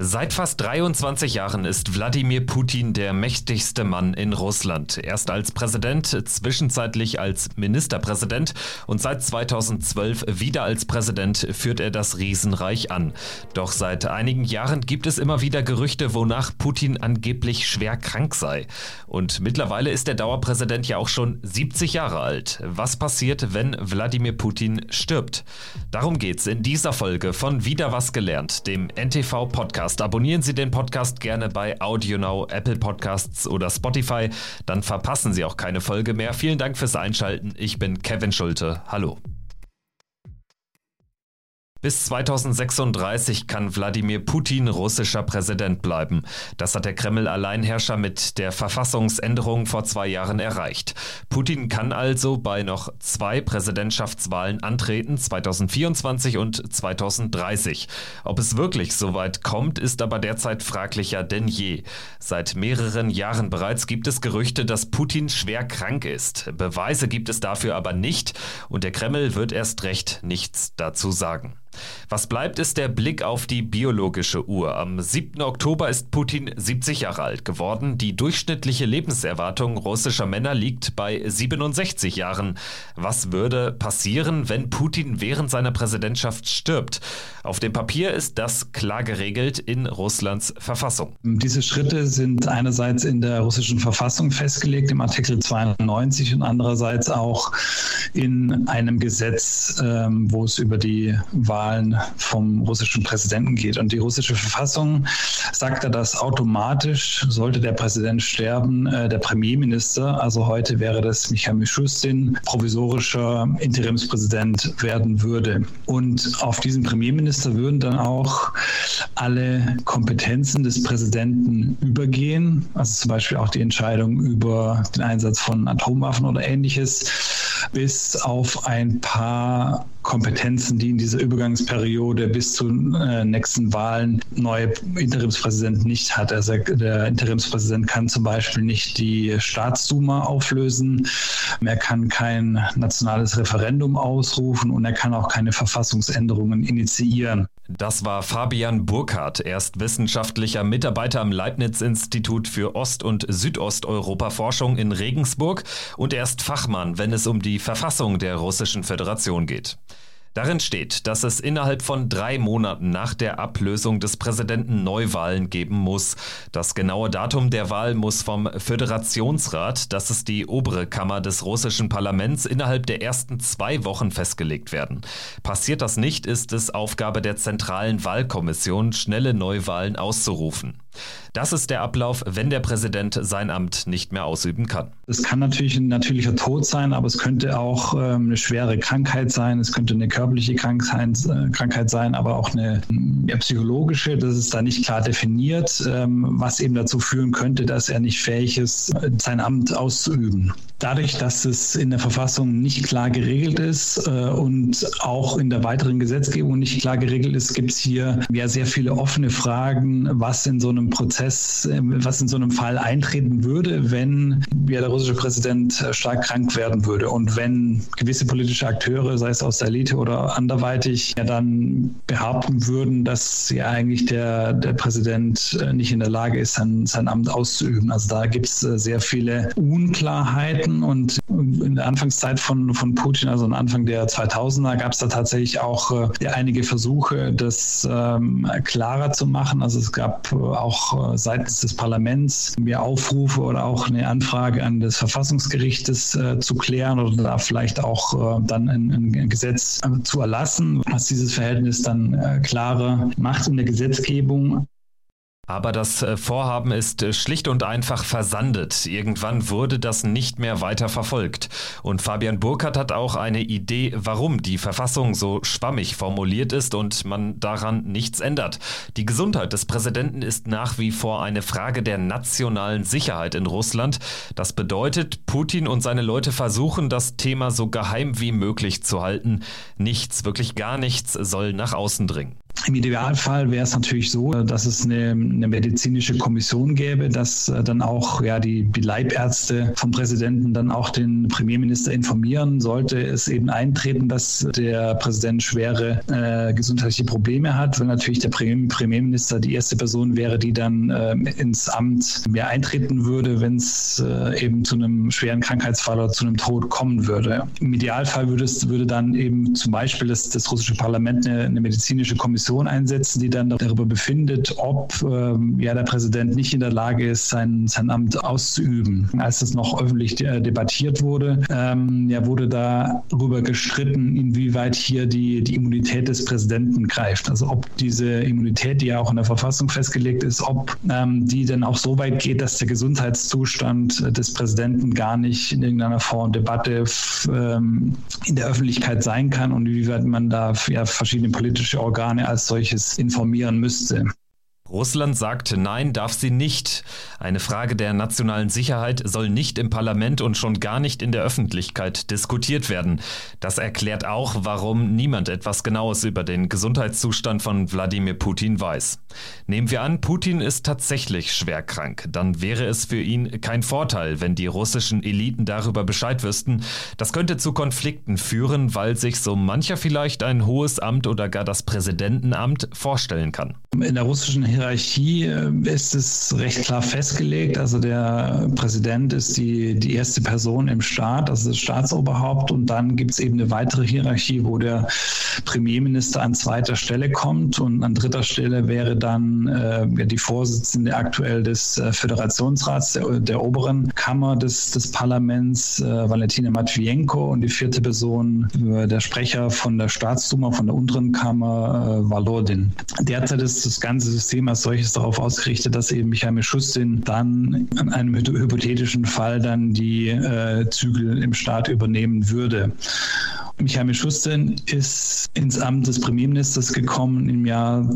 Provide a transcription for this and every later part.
Seit fast 23 Jahren ist Wladimir Putin der mächtigste Mann in Russland. Erst als Präsident, zwischenzeitlich als Ministerpräsident und seit 2012 wieder als Präsident führt er das Riesenreich an. Doch seit einigen Jahren gibt es immer wieder Gerüchte, wonach Putin angeblich schwer krank sei. Und mittlerweile ist der Dauerpräsident ja auch schon 70 Jahre alt. Was passiert, wenn Wladimir Putin stirbt? Darum geht's in dieser Folge von Wieder was gelernt, dem NTV-Podcast. Abonnieren Sie den Podcast gerne bei AudioNow, Apple Podcasts oder Spotify, dann verpassen Sie auch keine Folge mehr. Vielen Dank fürs Einschalten. Ich bin Kevin Schulte. Hallo. Bis 2036 kann Wladimir Putin russischer Präsident bleiben. Das hat der Kreml-Alleinherrscher mit der Verfassungsänderung vor 2 Jahren erreicht. Putin kann also bei noch 2 Präsidentschaftswahlen antreten, 2024 und 2030. Ob es wirklich so weit kommt, ist aber derzeit fraglicher denn je. Seit mehreren Jahren bereits gibt es Gerüchte, dass Putin schwer krank ist. Beweise gibt es dafür aber nicht und der Kreml wird erst recht nichts dazu sagen. Was bleibt, ist der Blick auf die biologische Uhr. Am 7. Oktober ist Putin 70 Jahre alt geworden. Die durchschnittliche Lebenserwartung russischer Männer liegt bei 67 Jahren. Was würde passieren, wenn Putin während seiner Präsidentschaft stirbt? Auf dem Papier ist das klar geregelt in Russlands Verfassung. Diese Schritte sind einerseits in der russischen Verfassung festgelegt, im Artikel 92, und andererseits auch in einem Gesetz, wo es über die Wahlen vom russischen Präsidenten geht. Und die russische Verfassung sagt ja, dass automatisch, sollte der Präsident sterben, der Premierminister, also heute wäre das Michail Mishustin, provisorischer Interimspräsident werden würde. Und auf diesen Premierminister würden dann auch alle Kompetenzen des Präsidenten übergehen, also zum Beispiel auch die Entscheidung über den Einsatz von Atomwaffen oder Ähnliches, bis auf ein paar Kompetenzen, die in dieser Übergangsperiode bis zu nächsten Wahlen neue Interimspräsident nicht hat. Also der Interimspräsident kann zum Beispiel nicht die Staatsduma auflösen, er kann kein nationales Referendum ausrufen und er kann auch keine Verfassungsänderungen initiieren. Das war Fabian Burkhardt. Er ist wissenschaftlicher Mitarbeiter am Leibniz-Institut für Ost- und Südosteuropa-Forschung in Regensburg und er ist Fachmann, wenn es um die Verfassung der Russischen Föderation geht. Darin steht, dass es innerhalb von 3 Monaten nach der Ablösung des Präsidenten Neuwahlen geben muss. Das genaue Datum der Wahl muss vom Föderationsrat, das ist die obere Kammer des russischen Parlaments, innerhalb der ersten 2 Wochen festgelegt werden. Passiert das nicht, ist es Aufgabe der Zentralen Wahlkommission, schnelle Neuwahlen auszurufen. Das ist der Ablauf, wenn der Präsident sein Amt nicht mehr ausüben kann. Es kann natürlich ein natürlicher Tod sein, aber es könnte auch eine schwere Krankheit sein, es könnte eine körperliche Krankheit sein, aber auch eine psychologische. Das ist da nicht klar definiert, was eben dazu führen könnte, dass er nicht fähig ist, sein Amt auszuüben. Dadurch, dass es in der Verfassung nicht klar geregelt ist und auch in der weiteren Gesetzgebung nicht klar geregelt ist, gibt es hier ja sehr viele offene Fragen, was in so einem Prozess, was in so einem Fall eintreten würde, wenn der russische Präsident stark krank werden würde und wenn gewisse politische Akteure, sei es aus der Elite oder anderweitig, ja dann behaupten würden, dass ja eigentlich der Präsident nicht in der Lage ist, sein Amt auszuüben. Also da gibt es sehr viele Unklarheiten. Und in der Anfangszeit von Putin, also am Anfang der 2000er, gab es da tatsächlich auch einige Versuche, das klarer zu machen. Also es gab auch seitens des Parlaments mehr Aufrufe oder auch eine Anfrage an das Verfassungsgerichtes zu klären oder da vielleicht auch dann ein Gesetz zu erlassen, was dieses Verhältnis dann klarer macht in der Gesetzgebung. Aber das Vorhaben ist schlicht und einfach versandet. Irgendwann wurde das nicht mehr weiter verfolgt. Und Fabian Burkhardt hat auch eine Idee, warum die Verfassung so schwammig formuliert ist und man daran nichts ändert. Die Gesundheit des Präsidenten ist nach wie vor eine Frage der nationalen Sicherheit in Russland. Das bedeutet, Putin und seine Leute versuchen, das Thema so geheim wie möglich zu halten. Nichts, wirklich gar nichts soll nach außen dringen. Im Idealfall wäre es natürlich so, dass es eine medizinische Kommission gäbe, dass dann auch die Leibärzte vom Präsidenten dann auch den Premierminister informieren, sollte es eben eintreten, dass der Präsident schwere gesundheitliche Probleme hat, weil natürlich der Premierminister die erste Person wäre, die dann ins Amt eintreten würde, wenn es eben zu einem schweren Krankheitsfall oder zu einem Tod kommen würde. Im Idealfall würde dann eben zum Beispiel das russische Parlament eine medizinische Kommission einsetzen, die dann darüber befindet, ob der Präsident nicht in der Lage ist, sein Amt auszuüben. Als das noch öffentlich debattiert wurde, wurde darüber gestritten, inwieweit hier die Immunität des Präsidenten greift. Also ob diese Immunität, die ja auch in der Verfassung festgelegt ist, ob die dann auch so weit geht, dass der Gesundheitszustand des Präsidenten gar nicht in irgendeiner Form Debatte in der Öffentlichkeit sein kann und inwieweit man da verschiedene politische Organe als solches informieren müsste. Russland sagt, nein, darf sie nicht. Eine Frage der nationalen Sicherheit soll nicht im Parlament und schon gar nicht in der Öffentlichkeit diskutiert werden. Das erklärt auch, warum niemand etwas Genaues über den Gesundheitszustand von Wladimir Putin weiß. Nehmen wir an, Putin ist tatsächlich schwer krank. Dann wäre es für ihn kein Vorteil, wenn die russischen Eliten darüber Bescheid wüssten. Das könnte zu Konflikten führen, weil sich so mancher vielleicht ein hohes Amt oder gar das Präsidentenamt vorstellen kann. In der russischen Hierarchie ist es recht klar festgelegt. Also der Präsident ist die erste Person im Staat, also das Staatsoberhaupt. Und dann gibt es eben eine weitere Hierarchie, wo der Premierminister an zweiter Stelle kommt. Und an dritter Stelle wäre dann die Vorsitzende aktuell des Föderationsrats, der oberen Kammer des Parlaments, Valentina Matvienko. Und die vierte Person, der Sprecher von der Staatsduma, von der unteren Kammer, Volodin. Derzeit ist das ganze System als solches darauf ausgerichtet, dass eben Michail Mischustin dann in einem hypothetischen Fall dann die Zügel im Staat übernehmen würde. Michail Mischustin ist ins Amt des Premierministers gekommen im Jahr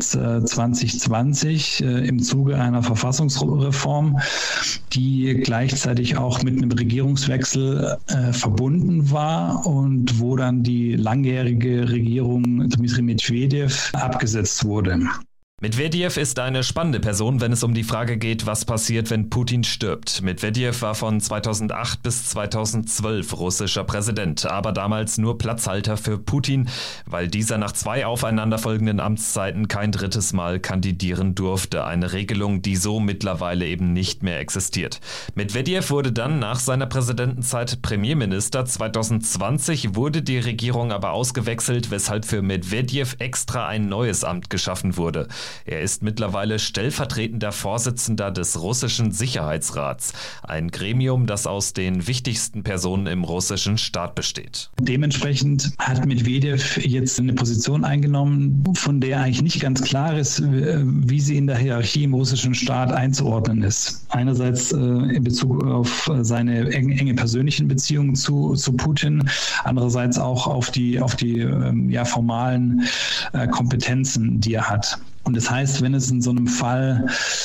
2020 im Zuge einer Verfassungsreform, die gleichzeitig auch mit einem Regierungswechsel verbunden war und wo dann die langjährige Regierung Dmitri Medvedev abgesetzt wurde. Medvedev ist eine spannende Person, wenn es um die Frage geht, was passiert, wenn Putin stirbt. Medvedev war von 2008 bis 2012 russischer Präsident, aber damals nur Platzhalter für Putin, weil dieser nach 2 aufeinanderfolgenden Amtszeiten kein drittes Mal kandidieren durfte. Eine Regelung, die so mittlerweile eben nicht mehr existiert. Medvedev wurde dann nach seiner Präsidentenzeit Premierminister. 2020 wurde die Regierung aber ausgewechselt, weshalb für Medvedev extra ein neues Amt geschaffen wurde. Er ist mittlerweile stellvertretender Vorsitzender des russischen Sicherheitsrats, ein Gremium, das aus den wichtigsten Personen im russischen Staat besteht. Dementsprechend hat Medvedev jetzt eine Position eingenommen, von der eigentlich nicht ganz klar ist, wie sie in der Hierarchie im russischen Staat einzuordnen ist. Einerseits in Bezug auf seine enge persönlichen Beziehungen zu Putin, andererseits auch auf die formalen Kompetenzen, die er hat. Und das heißt, wenn es in so einem Fall,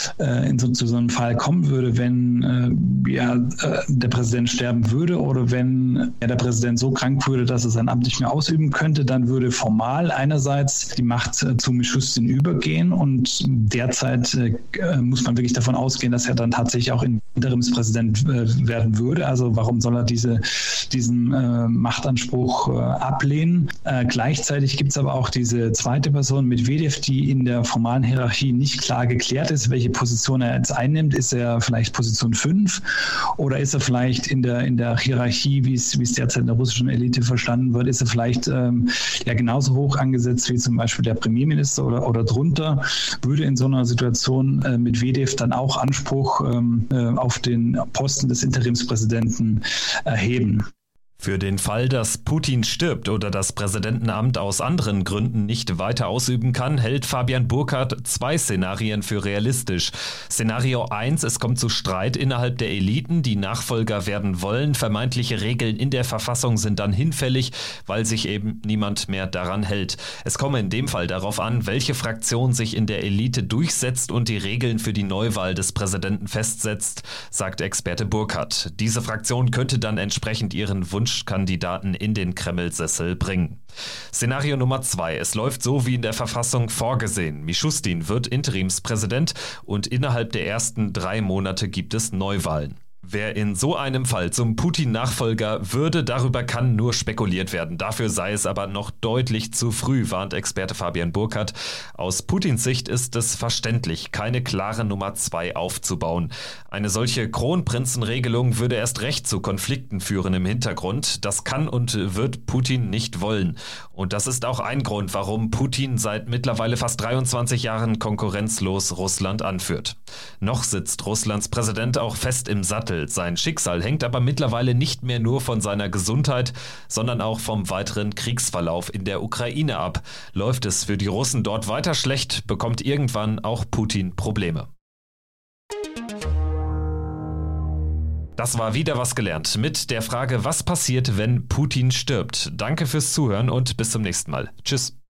zu so einem Fall kommen würde, wenn der Präsident sterben würde oder wenn der Präsident so krank würde, dass er sein Amt nicht mehr ausüben könnte, dann würde formal einerseits die Macht zu Mischustin übergehen und derzeit muss man wirklich davon ausgehen, dass er dann tatsächlich auch Interimspräsident werden würde. Also warum soll er diesen Machtanspruch ablehnen? Gleichzeitig gibt es aber auch diese zweite Person, Medvedev, die in der formalen Hierarchie nicht klar geklärt ist, welche Position er jetzt einnimmt. Ist er vielleicht Position 5 oder ist er vielleicht in der Hierarchie, wie es derzeit in der russischen Elite verstanden wird, ist er vielleicht genauso hoch angesetzt wie zum Beispiel der Premierminister oder drunter? Würde in so einer Situation Medvedev dann auch Anspruch auf den Posten des Interimspräsidenten erheben? Für den Fall, dass Putin stirbt oder das Präsidentenamt aus anderen Gründen nicht weiter ausüben kann, hält Fabian Burkhardt 2 Szenarien für realistisch. Szenario 1, es kommt zu Streit innerhalb der Eliten, die Nachfolger werden wollen. Vermeintliche Regeln in der Verfassung sind dann hinfällig, weil sich eben niemand mehr daran hält. Es komme in dem Fall darauf an, welche Fraktion sich in der Elite durchsetzt und die Regeln für die Neuwahl des Präsidenten festsetzt, sagt Experte Burkhardt. Diese Fraktion könnte dann entsprechend ihren Wunsch Wunschkandidaten in den Kreml-Sessel bringen. Szenario Nummer 2. Es läuft so wie in der Verfassung vorgesehen. Mischustin wird Interimspräsident und innerhalb der ersten 3 Monate gibt es Neuwahlen. Wer in so einem Fall zum Putin-Nachfolger würde, darüber kann nur spekuliert werden. Dafür sei es aber noch deutlich zu früh, warnt Experte Fabian Burkhardt. Aus Putins Sicht ist es verständlich, keine klare Nummer 2 aufzubauen. Eine solche Kronprinzenregelung würde erst recht zu Konflikten führen im Hintergrund. Das kann und wird Putin nicht wollen. Und das ist auch ein Grund, warum Putin seit mittlerweile fast 23 Jahren konkurrenzlos Russland anführt. Noch sitzt Russlands Präsident auch fest im Sattel. Sein Schicksal hängt aber mittlerweile nicht mehr nur von seiner Gesundheit, sondern auch vom weiteren Kriegsverlauf in der Ukraine ab. Läuft es für die Russen dort weiter schlecht, bekommt irgendwann auch Putin Probleme. Das war wieder was gelernt mit der Frage, was passiert, wenn Putin stirbt. Danke fürs Zuhören und bis zum nächsten Mal. Tschüss.